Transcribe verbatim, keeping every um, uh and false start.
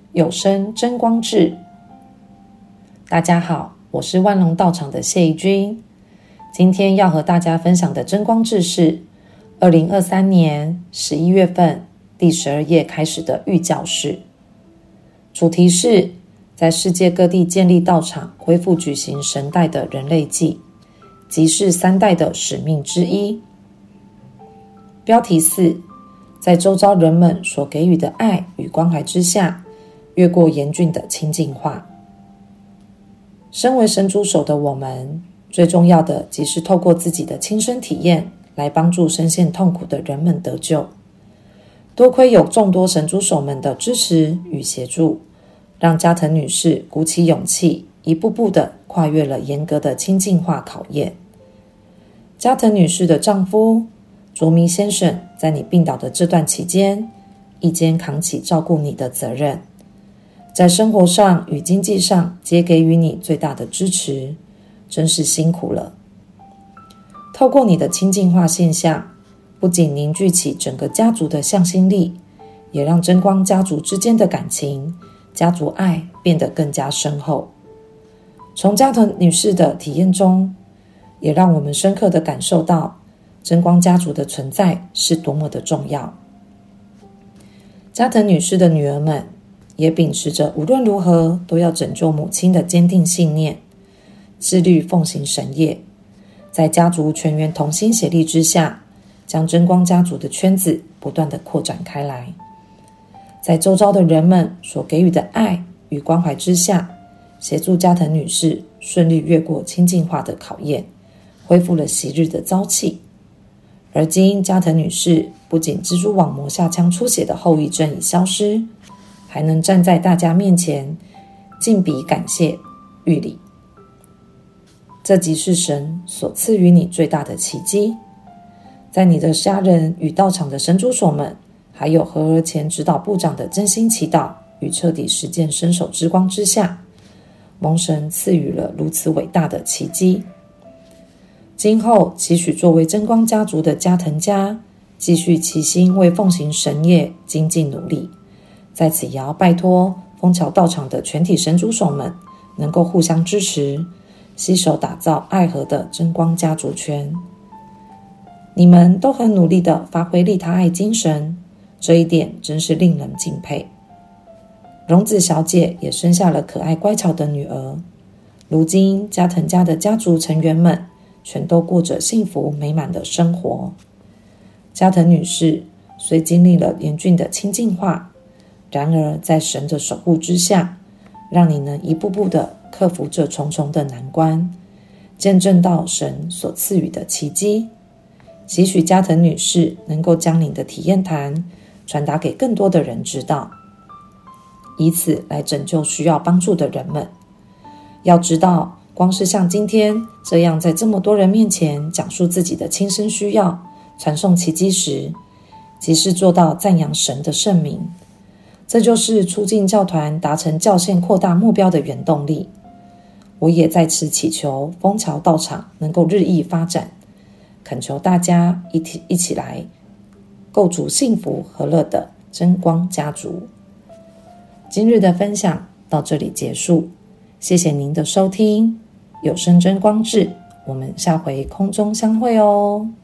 有声真光志。大家好，我是万隆道场的谢怡君。今天要和大家分享的真光志是二零二三年十一月份第十二页开始的御教示，主题是在世界各地建立道场，恢复举行神代的人类祭，即是三代的使命之一。标题四，在周遭人们所给予的爱与关怀之下，越过严峻的清净化。身为神主手的我们，最重要的即是透过自己的亲身体验，来帮助深陷痛苦的人们得救。多亏有众多神主手们的支持与协助，让加藤女士鼓起勇气，一步步地跨越了严格的清净化考验。加藤女士的丈夫卓弥先生在你病倒的这段期间，一肩扛起照顾你的责任，在生活上与经济上皆给予你最大的支持，真是辛苦了。透过你的清净化现象，不仅凝聚起整个家族的向心力，也让真光家族之间的感情、家族爱变得更加深厚。从加藤女士的体验中，也让我们深刻地感受到真光家族的存在是多么的重要。加藤女士的女儿们也秉持着无论如何都要拯救母亲的坚定信念，自律奉行神业，在家族全员同心协力之下，将真光家族的圈子不断地扩展开来。在周遭的人们所给予的爱与关怀之下，协助加藤女士顺利越过清净化的考验，恢复了昔日的朝气。而今加藤女士不仅蜘蛛网膜下腔出血的后遗症已消失，还能站在大家面前敬笔感谢御礼，这即是神所赐予你最大的奇迹。在你的家人与道场的神主手们，还有和而前指导部长的真心祈祷与彻底实践伸手之光之下，蒙神赐予了如此伟大的奇迹。今后期许作为真光家族的加藤家，继续齐心为奉行神业精进努力。在此也要拜托枫桥道场的全体神主手们，能够互相支持，携手打造爱和的真光家族圈。你们都很努力地发挥利他爱精神，这一点真是令人敬佩。荣子小姐也生下了可爱乖巧的女儿，如今加藤家的家族成员们全都过着幸福美满的生活。加藤女士虽经历了严峻的清净化，然而在神的守护之下，让你能一步步地克服这重重的难关，见证到神所赐予的奇迹。期许加藤女士能够将你的体验谈传达给更多的人知道，以此来拯救需要帮助的人们。要知道，光是像今天这样在这么多人面前讲述自己的亲身需要，传送奇迹时，即是做到赞扬神的圣名。这就是促进教团达成教线扩大目标的原动力。我也在此祈求枫桥道场能够日益发展，恳求大家一起一起来构筑幸福和乐的真光家族。今日的分享到这里结束，谢谢您的收听，有声真光志，我们下回空中相会哦。